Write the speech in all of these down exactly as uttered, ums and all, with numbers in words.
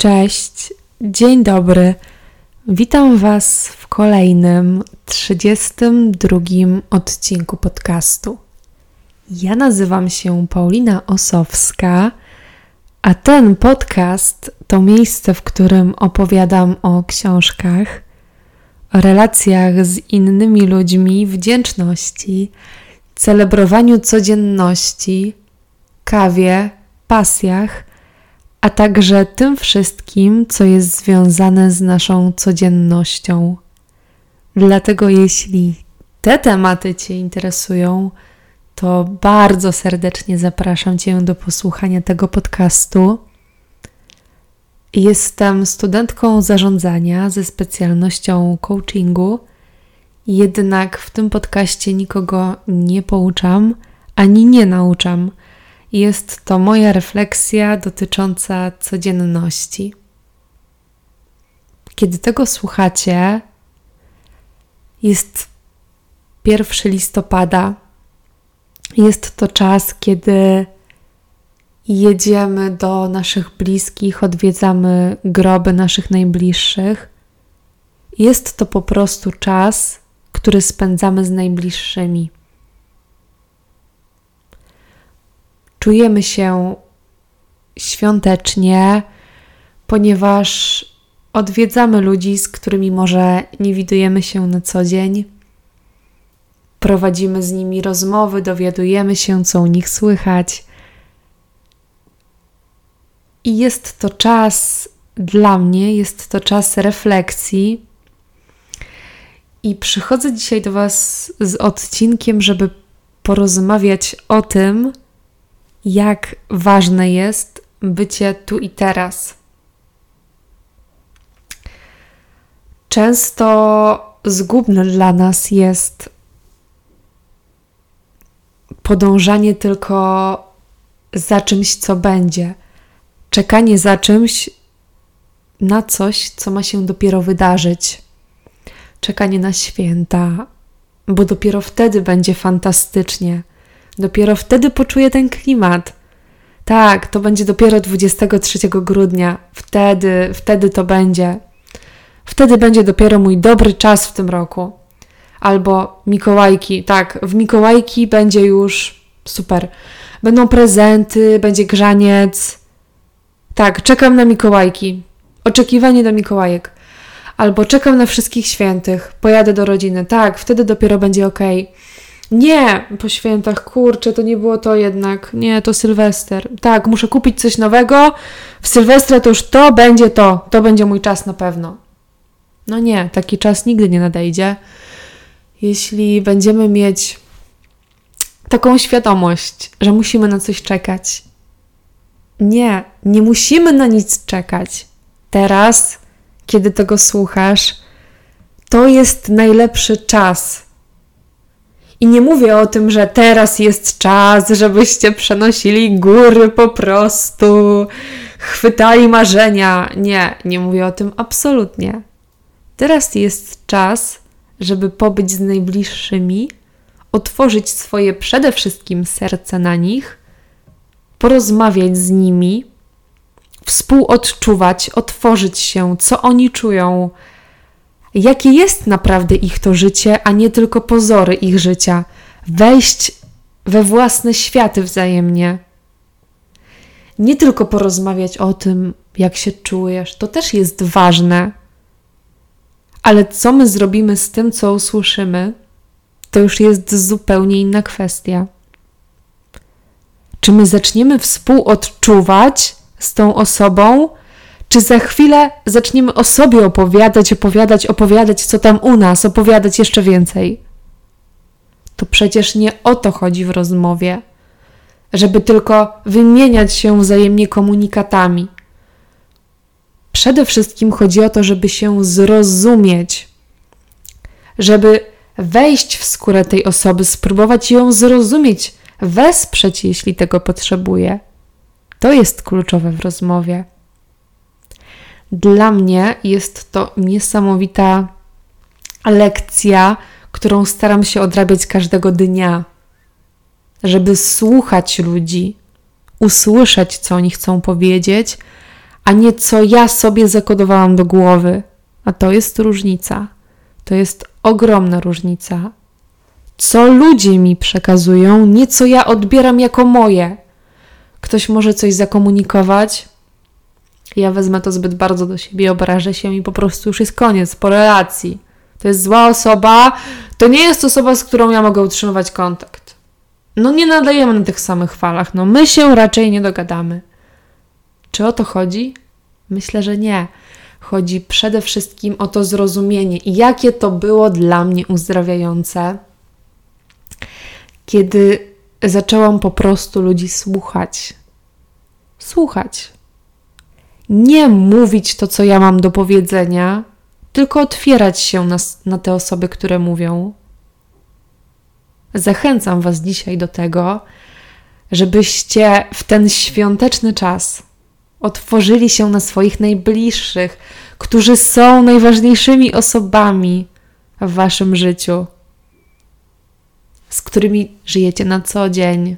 Cześć, dzień dobry. Witam Was w kolejnym, trzydziestym drugim odcinku podcastu. Ja nazywam się Paulina Osowska, a ten podcast to miejsce, w którym opowiadam o książkach, o relacjach z innymi ludźmi, wdzięczności, celebrowaniu codzienności, kawie, pasjach, a także tym wszystkim, co jest związane z naszą codziennością. Dlatego jeśli te tematy Cię interesują, to bardzo serdecznie zapraszam Cię do posłuchania tego podcastu. Jestem studentką zarządzania ze specjalnością coachingu, jednak w tym podcaście nikogo nie pouczam, ani nie nauczam. Jest to moja refleksja dotycząca codzienności. Kiedy tego słuchacie, jest pierwszego listopada. Jest to czas, kiedy jedziemy do naszych bliskich, odwiedzamy groby naszych najbliższych. Jest to po prostu czas, który spędzamy z najbliższymi. Czujemy się świątecznie, ponieważ odwiedzamy ludzi, z którymi może nie widujemy się na co dzień. Prowadzimy z nimi rozmowy, dowiadujemy się, co u nich słychać. I jest to czas dla mnie, jest to czas refleksji. I przychodzę dzisiaj do Was z odcinkiem, żeby porozmawiać o tym, jak ważne jest bycie tu i teraz. Często zgubne dla nas jest podążanie tylko za czymś, co będzie. Czekanie za czymś na coś, co ma się dopiero wydarzyć. Czekanie na święta, bo dopiero wtedy będzie fantastycznie. Dopiero wtedy poczuję ten klimat. Tak, to będzie dopiero dwudziestego trzeciego grudnia. Wtedy, wtedy to będzie. Wtedy będzie dopiero mój dobry czas w tym roku. Albo Mikołajki. Tak, w Mikołajki będzie już super. Będą prezenty, będzie grzaniec. Tak, czekam na Mikołajki. Oczekiwanie do Mikołajek. Albo czekam na wszystkich świętych. Pojadę do rodziny. Tak, wtedy dopiero będzie okej. Nie, po świętach, kurczę, to nie było to jednak. Nie, to Sylwester. Tak, muszę kupić coś nowego. W Sylwestra to już to będzie to. To będzie mój czas na pewno. No nie, taki czas nigdy nie nadejdzie. Jeśli będziemy mieć taką świadomość, że musimy na coś czekać. Nie, nie musimy na nic czekać. Teraz, kiedy tego słuchasz, to jest najlepszy czas. I nie mówię o tym, że teraz jest czas, żebyście przenosili góry po prostu, chwytali marzenia. Nie, nie mówię o tym absolutnie. Teraz jest czas, żeby pobyć z najbliższymi, otworzyć swoje przede wszystkim serce na nich, porozmawiać z nimi, współodczuwać, otworzyć się, co oni czują, jakie jest naprawdę ich to życie, a nie tylko pozory ich życia. Wejść we własne światy wzajemnie. Nie tylko porozmawiać o tym, jak się czujesz, to też jest ważne. Ale co my zrobimy z tym, co usłyszymy, to już jest zupełnie inna kwestia. Czy my zaczniemy współodczuwać z tą osobą, czy za chwilę zaczniemy o sobie opowiadać, opowiadać, opowiadać, co tam u nas, opowiadać jeszcze więcej? To przecież nie o to chodzi w rozmowie, żeby tylko wymieniać się wzajemnie komunikatami. Przede wszystkim chodzi o to, żeby się zrozumieć, żeby wejść w skórę tej osoby, spróbować ją zrozumieć, wesprzeć, jeśli tego potrzebuje. To jest kluczowe w rozmowie. Dla mnie jest to niesamowita lekcja, którą staram się odrabiać każdego dnia. żeby słuchać ludzi, usłyszeć, co oni chcą powiedzieć, a nie co ja sobie zakodowałam do głowy. A to jest różnica. To jest ogromna różnica. Co ludzie mi przekazują, nie co ja odbieram jako moje. Ktoś może coś zakomunikować, ja wezmę to zbyt bardzo do siebie, obrażę się i po prostu już jest koniec, po relacji. To jest zła osoba, to nie jest osoba, z którą ja mogę utrzymywać kontakt. No nie nadajemy na tych samych falach, no my się raczej nie dogadamy. Czy o to chodzi? Myślę, że nie. Chodzi przede wszystkim o to zrozumienie i jakie to było dla mnie uzdrawiające, kiedy zaczęłam po prostu ludzi słuchać. Słuchać. Nie mówić to, co ja mam do powiedzenia, tylko otwierać się na, na te osoby, które mówią. Zachęcam Was dzisiaj do tego, żebyście w ten świąteczny czas otworzyli się na swoich najbliższych, którzy są najważniejszymi osobami w Waszym życiu, z którymi żyjecie na co dzień,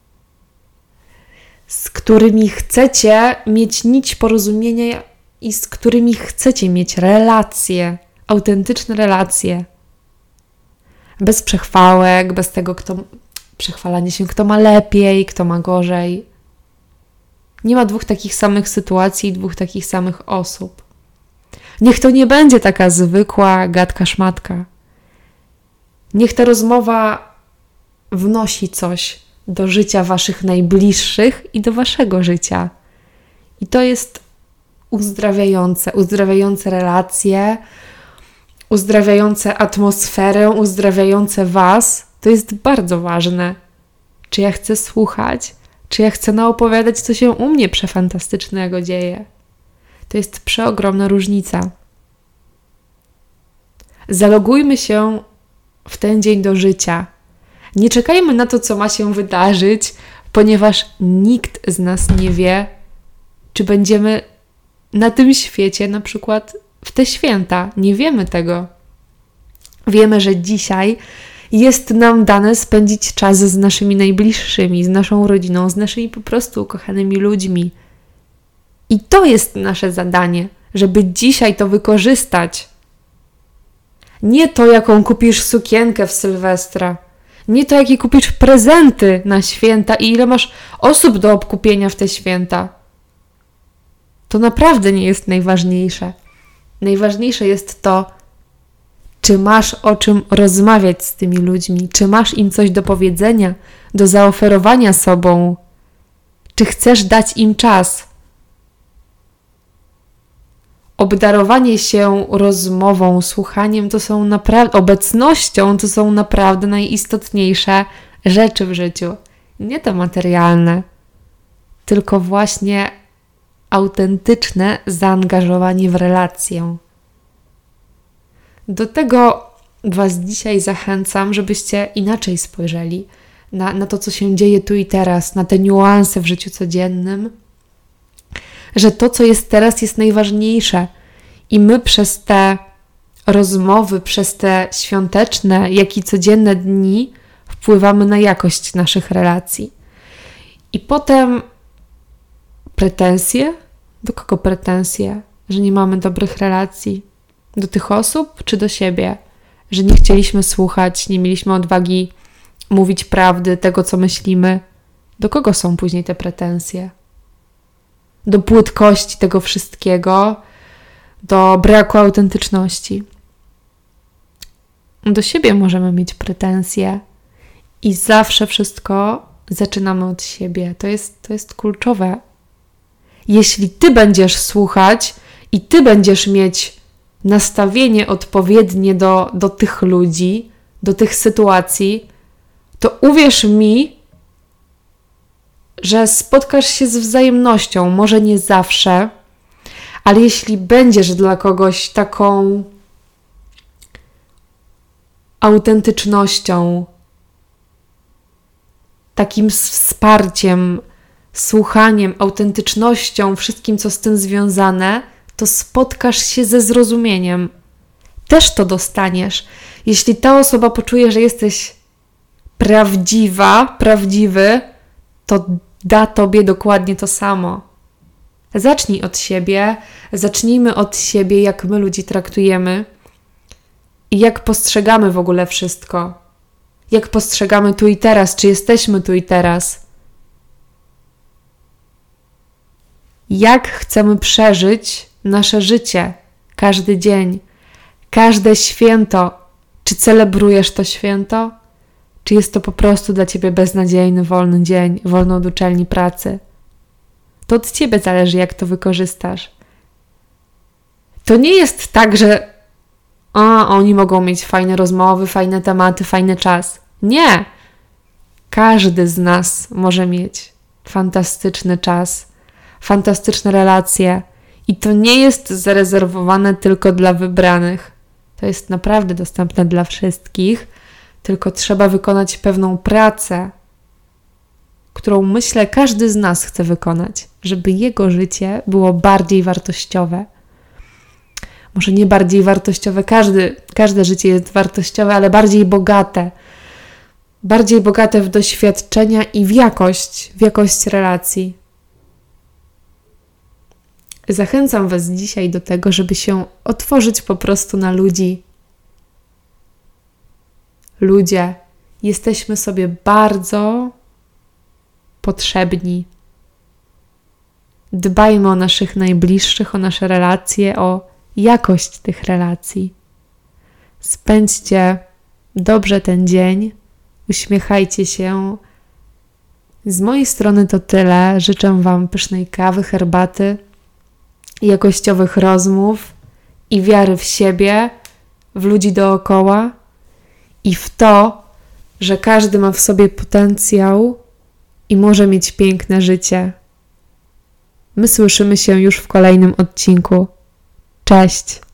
z którymi chcecie mieć nić porozumienia i z którymi chcecie mieć relacje, autentyczne relacje. Bez przechwałek, bez tego, kto przechwalanie się, kto ma lepiej, kto ma gorzej. Nie ma dwóch takich samych sytuacji, dwóch takich samych osób. Niech to nie będzie taka zwykła gadka-szmatka. Niech ta rozmowa wnosi coś do życia Waszych najbliższych i do Waszego życia. I to jest uzdrawiające, uzdrawiające relacje, uzdrawiające atmosferę, uzdrawiające Was. To jest bardzo ważne. Czy ja chcę słuchać? Czy ja chcę naopowiadać, co się u mnie przefantastycznego dzieje? To jest przeogromna różnica. Zalogujmy się w ten dzień do życia. Nie czekajmy na to, co ma się wydarzyć, ponieważ nikt z nas nie wie, czy będziemy na tym świecie, na przykład w te święta. Nie wiemy tego. Wiemy, że dzisiaj jest nam dane spędzić czas z naszymi najbliższymi, z naszą rodziną, z naszymi po prostu ukochanymi ludźmi. I to jest nasze zadanie, żeby dzisiaj to wykorzystać. Nie to, jaką kupisz sukienkę w Sylwestra, nie to, jakie kupisz prezenty na święta i ile masz osób do obkupienia w te święta. To naprawdę nie jest najważniejsze. Najważniejsze jest to, czy masz o czym rozmawiać z tymi ludźmi, czy masz im coś do powiedzenia, do zaoferowania sobą, czy chcesz dać im czas. Obdarowanie się rozmową, słuchaniem to są naprawdę, obecnością to są naprawdę najistotniejsze rzeczy w życiu. Nie to materialne, tylko właśnie autentyczne zaangażowanie w relację. Do tego Was dzisiaj zachęcam, żebyście inaczej spojrzeli na, na to, co się dzieje tu i teraz, na te niuanse w życiu codziennym, że to, co jest teraz, jest najważniejsze i my przez te rozmowy, przez te świąteczne, jak i codzienne dni wpływamy na jakość naszych relacji. I potem pretensje? Do kogo pretensje? Że nie mamy dobrych relacji? Do tych osób czy do siebie? Że nie chcieliśmy słuchać, nie mieliśmy odwagi mówić prawdy, tego co myślimy? Do kogo są później te pretensje? Do płytkości tego wszystkiego, do braku autentyczności. Do siebie możemy mieć pretensje i zawsze wszystko zaczynamy od siebie. To jest, to jest kluczowe. Jeśli Ty będziesz słuchać i Ty będziesz mieć nastawienie odpowiednie do, do tych ludzi, do tych sytuacji, to uwierz mi, że spotkasz się z wzajemnością, może nie zawsze, ale jeśli będziesz dla kogoś taką autentycznością, takim wsparciem, słuchaniem, autentycznością, wszystkim, co z tym związane, to spotkasz się ze zrozumieniem. Też to dostaniesz. Jeśli ta osoba poczuje, że jesteś prawdziwa, prawdziwy, to da Tobie dokładnie to samo. Zacznij od siebie, zacznijmy od siebie, jak my ludzi traktujemy i jak postrzegamy w ogóle wszystko. Jak postrzegamy tu i teraz, czy jesteśmy tu i teraz. Jak chcemy przeżyć nasze życie, każdy dzień, każde święto. Czy celebrujesz to święto? Czy jest to po prostu dla Ciebie beznadziejny, wolny dzień, wolny od uczelni, pracy? To od Ciebie zależy, jak to wykorzystasz. To nie jest tak, że a, oni mogą mieć fajne rozmowy, fajne tematy, fajny czas. Nie! Każdy z nas może mieć fantastyczny czas, fantastyczne relacje i to nie jest zarezerwowane tylko dla wybranych. To jest naprawdę dostępne dla wszystkich, tylko trzeba wykonać pewną pracę, którą myślę każdy z nas chce wykonać, żeby jego życie było bardziej wartościowe. Może nie bardziej wartościowe, każdy, każde życie jest wartościowe, ale bardziej bogate. Bardziej bogate w doświadczenia i w jakość, w jakość relacji. Zachęcam Was dzisiaj do tego, żeby się otworzyć po prostu na ludzi. Ludzie, jesteśmy sobie bardzo potrzebni. Dbajmy o naszych najbliższych, o nasze relacje, o jakość tych relacji. Spędźcie dobrze ten dzień, uśmiechajcie się. Z mojej strony to tyle. Życzę Wam pysznej kawy, herbaty, jakościowych rozmów i wiary w siebie, w ludzi dookoła i w to, że każdy ma w sobie potencjał i może mieć piękne życie. My słyszymy się już w kolejnym odcinku. Cześć!